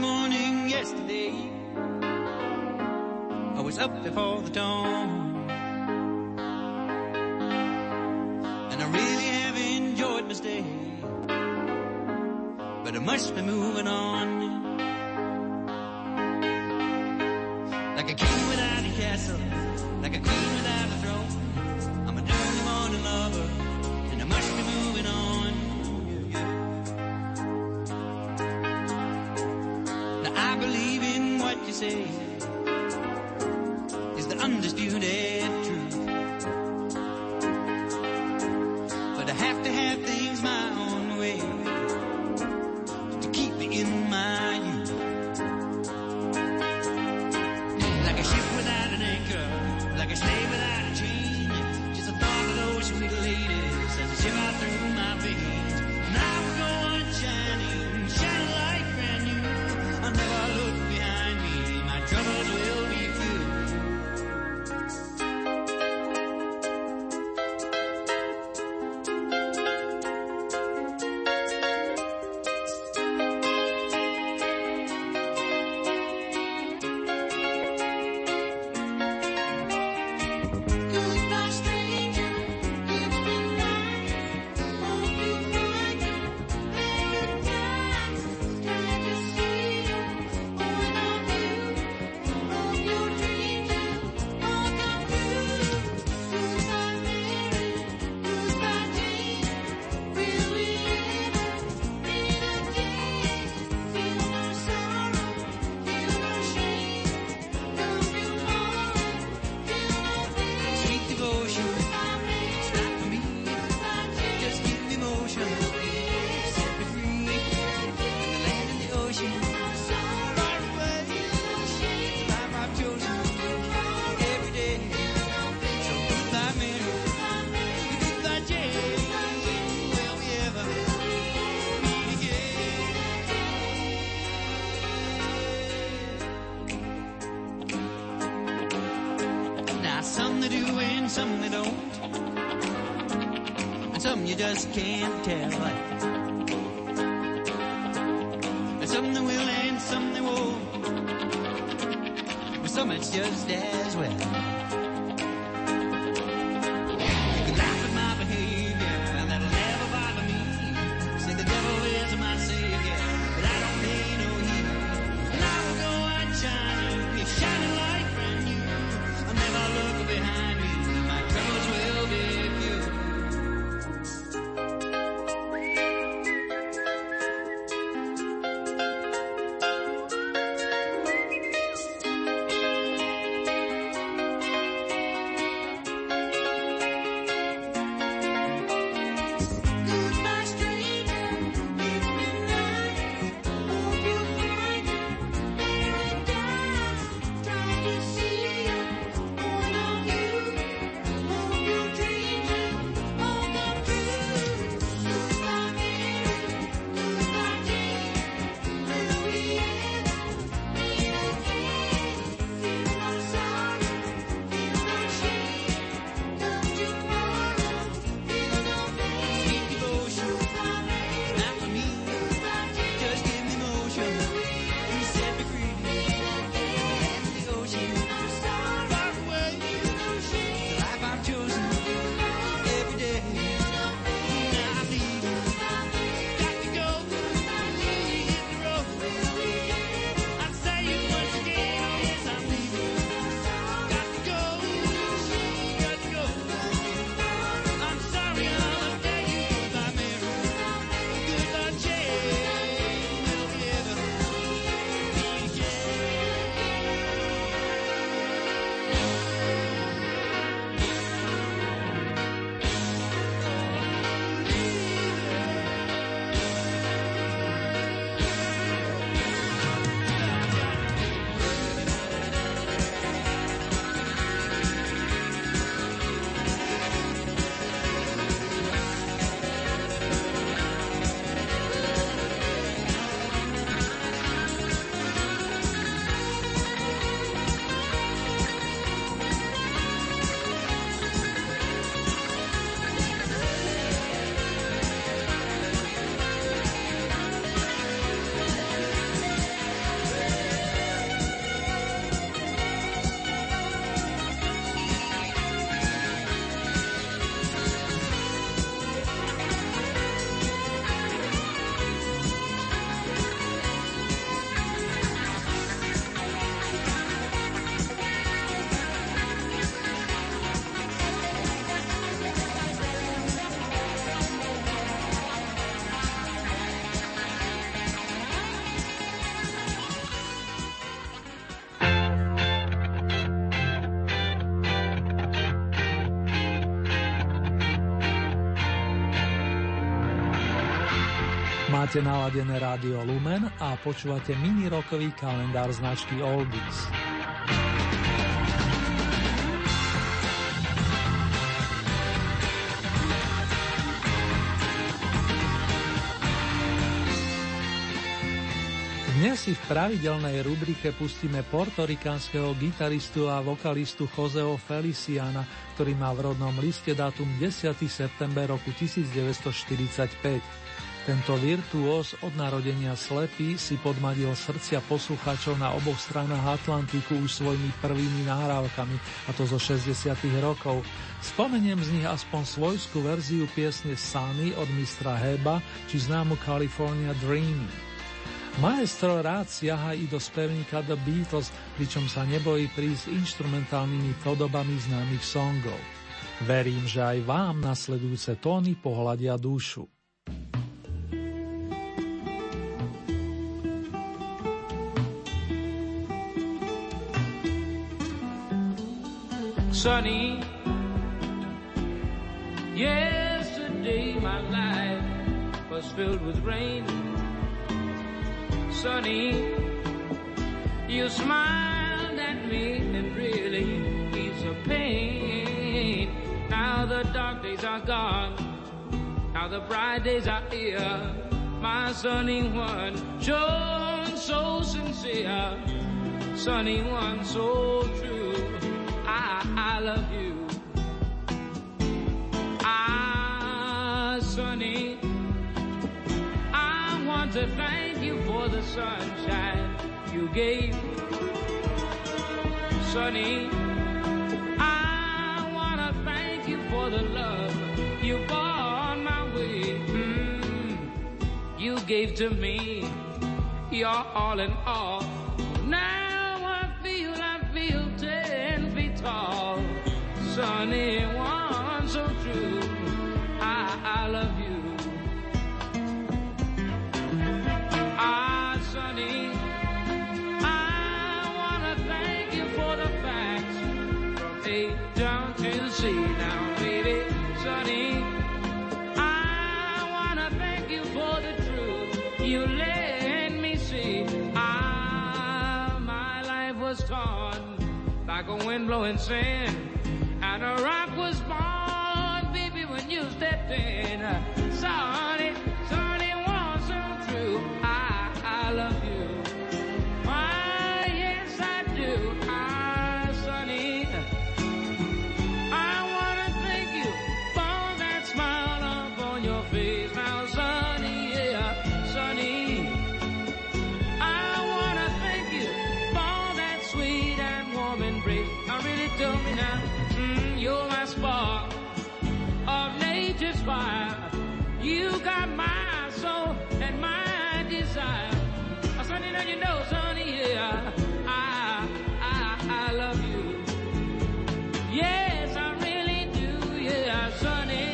S9: morning yesterday, I was up before the dawn, and I really have enjoyed my stay, but I must be moving on. Like a king without a castle, like a queen without a throne, I'm an early morning lover, and I must be moving on. Now I believe in what you say is the undisputed truth, but I have to have things my own way to keep me in my youth. Like a ship without an anchor, like a slave without a chain, just a thought of those sweet ladies as they shiver through my veins. And I will go on shining, shining like brand new. I'll never look behind me, my troubles will be few.
S7: Goodbye, stranger. It's been nice. Hope you find a paradise. Glad to see you. All of you. Hope your dreams will all come true. Goodbye, Mary. Goodbye, Jane. Will we ever meet again? Feel no sorrow. Feel no shame. Don't you want? Feel no pain.
S9: Sweet devotion,
S7: Goodbye, Mary.
S9: it's not for me.
S7: Goodbye, Jane.
S9: Just give me motion, set me free. In the land and the ocean, far away. Life I've chosen every day. So goodbye, Mary. Goodbye, Jane. Will we ever meet again? Now some they do and some they don't, and some you just can't tell. And some they will and some they won't, but some it's just as well. You can laugh at my behavior, that'll never bother me. Say the devil is my savior, but I don't pay no heed. And I will go on shining, shining like brand new. I'll never look behind me, my troubles will be few.
S2: Máte naladené rádio Lumen a počúvate mini-rokový kalendár značky Oldies. Dnes si v pravidelnej rubrike pustíme portorikánskeho gitaristu a vokalistu Joseho Feliciana, ktorý má v rodnom liste dátum 10. september roku 1945. Tento virtuós od narodenia slepý si podmadil srdcia poslucháčov na oboch stranách Atlantiku už svojimi prvými nahrávkami, a to zo 60. rokov. Spomeniem z nich aspoň svojskú verziu piesne Sunny od mistra Heba či známu California Dreaming. Maestro rád siaha i do spevníka The Beatles, pričom sa nebojí prísť inštrumentálnymi podobami známych songov. Verím, že aj vám nasledujúce tóny pohľadia dušu.
S10: Sunny, yesterday my life was filled with rain. Sunny, you smiled at me and really eased the pain. Now the dark days are gone, now the bright days are here. My sunny one, shown so sincere, sunny one so true. I love you. Sunny, I want to thank you for the sunshine you gave. Sunny, I want to thank you for the love you brought my way. You gave to me your all in all. Now I feel 10 feet tall. Sunny one so true, I love you. Sunny, I wanna thank you for the facts from A down to Z. Now, baby, Sunny, I wanna thank you for the truth you let me see. My life was torn like a wind blowing sand, and a rock was born, baby, when you stepped in. Sunny, Sunny was so true. I love you. Why, yes, I do. Sunny, I want to thank you for that smile upon your face. Now, Sunny, yeah, Sunny, I want to thank you for that sweet and warm embrace. Now, really tell me now, you're my spark of nature's fire. You got my soul and my desire. Sunny, now you know, Sunny, yeah, I love you. Yes, I really do, yeah, Sunny.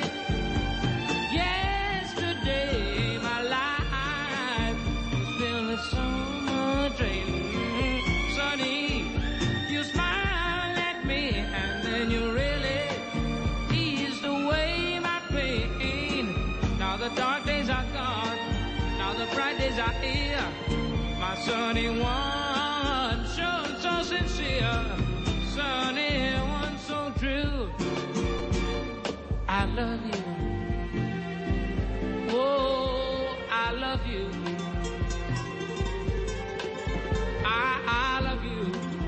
S10: Yesterday, my life was filled with so much rain. Sunny, you smiled at me and then you really eased away my pain. Now the dark days are gone, now the bright days are here. My sunny one, so sincere, sunny one, so true. I love you. Oh, I love you. I love you.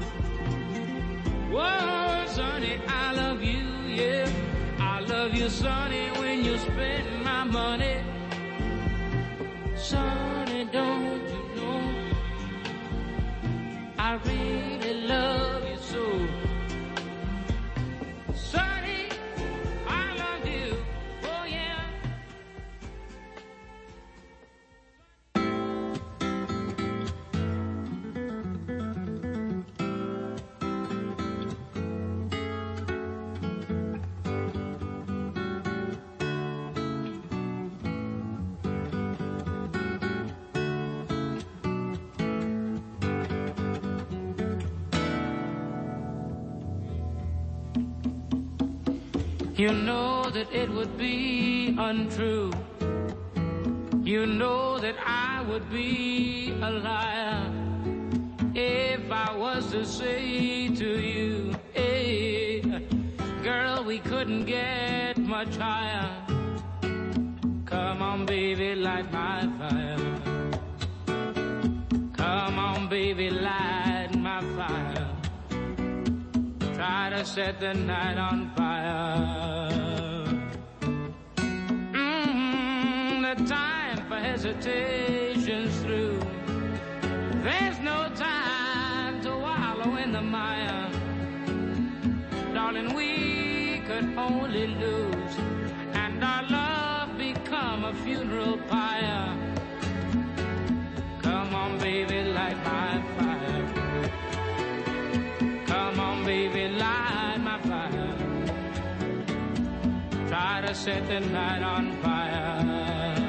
S10: Whoa, sunny, I love you, yeah. I love you, sunny, when you spend my money. Sunny, don't you know I really love you so. Sunny, I love you, oh yeah. You know that it would be untrue You know that I would be a liar if I was to say to you, hey, girl, we couldn't get much higher. Come on, baby, light my fire. Come on, baby, light my fire. Try to set the night on fire. The time for hesitation's through. There's no time to wallow in the mire. Darling, we could only lose, and our love become a funeral pyre. Come on, baby, light my fire. Come on, baby, light my fire. Try to set the night on fire.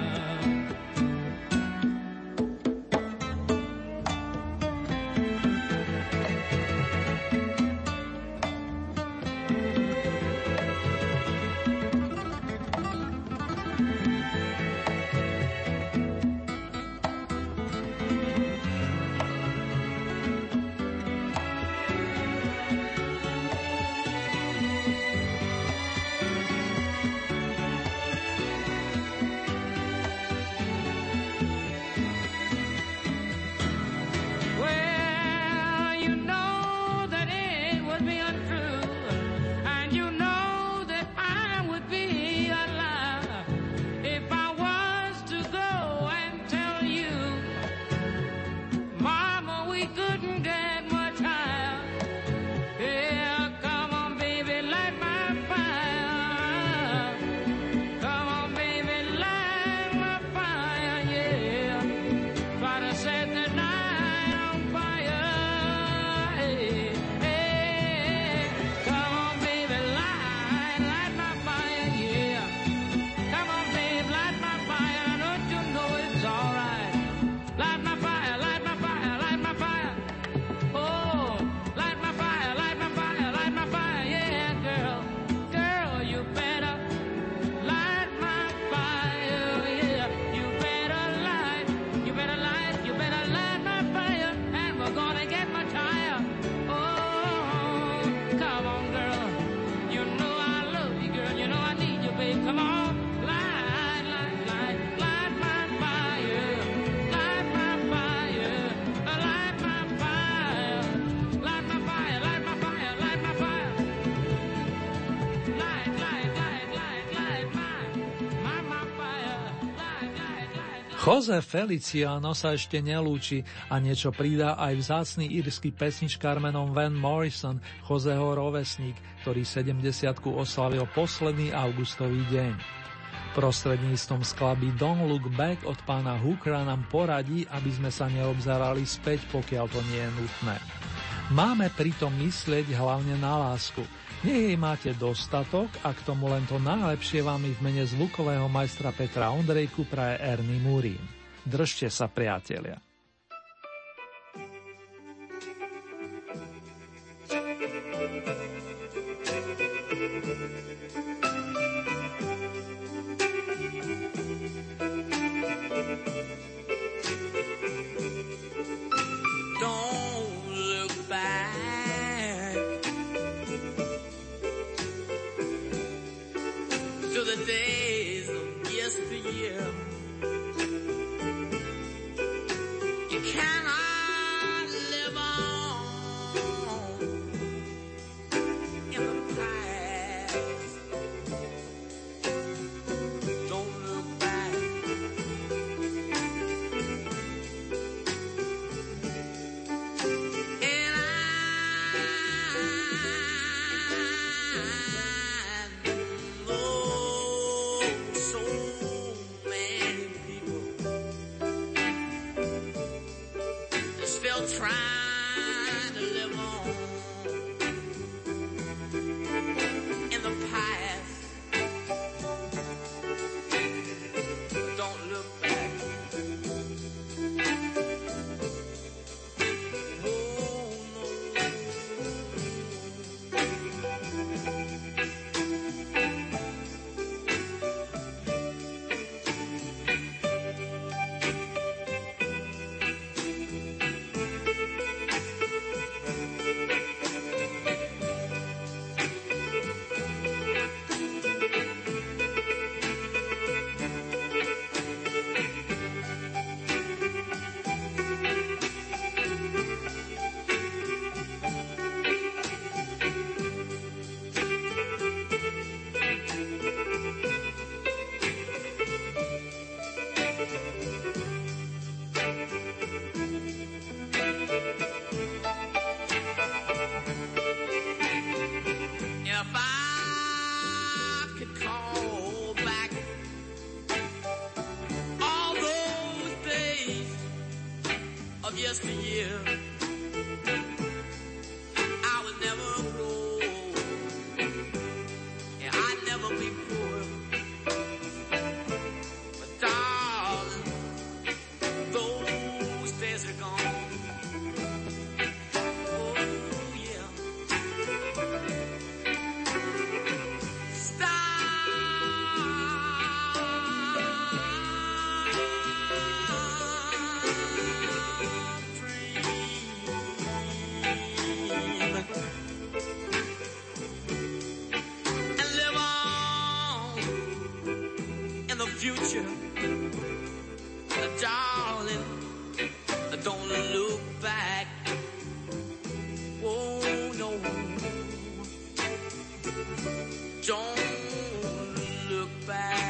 S2: Jose Feliciano sa ešte nelúči a niečo pridá aj vzácny írsky pesničkár menom Van Morrison, Joseho rovesník, ktorý 70-ku oslavil posledný augustový deň. Prostredníctvom skladby Don't Look Back od pána Hookera nám poradí, aby sme sa neobzerali späť, pokiaľ to nie je nutné. Máme pritom myslieť hlavne na lásku. Nech jej máte dostatok a k tomu len to najlepšie vám i v mene zvukového majstra Petra Ondrejku praje Ernie Murín. Držte sa, priatelia.
S9: future. I would never grow, and I'd never be poor. But darling, those days are gone. Oh yeah. Future, darling, don't look back. Oh no, don't look back.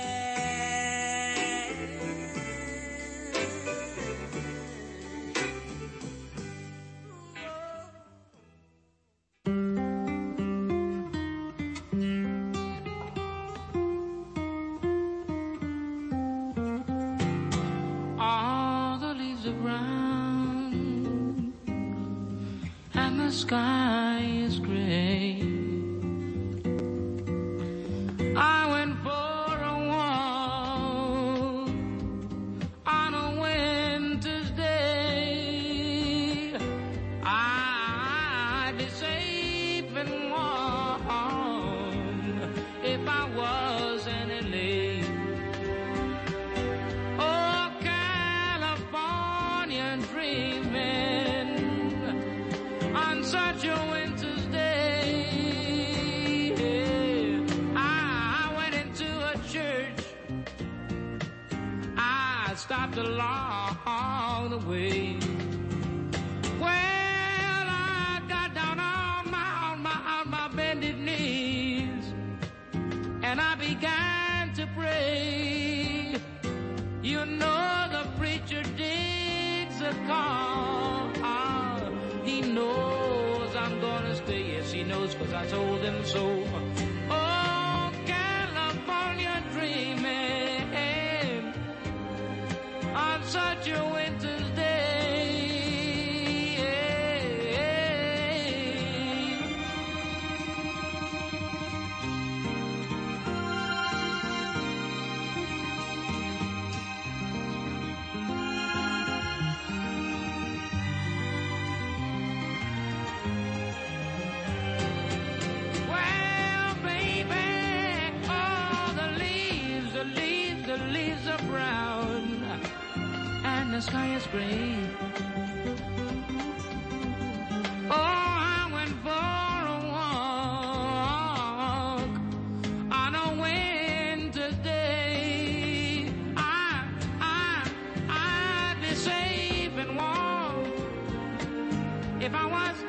S10: The sky is gray. I went for a walk on a winter's day. I'd be safe and warm if I was in LA. Oh, California dreaming on such a winter's day. I went into a church. I stopped along the way. Well, I got down on my bended knees, and I began to pray. You know the preacher digs a call. He knows I'm gonna stay. Yes, he knows, 'cause I told him so. Oh, California dreaming on such a winter's day. The leaves are brown and the sky is gray. Oh, I went for a walk on a winter's day. I'd be safe and warm if I was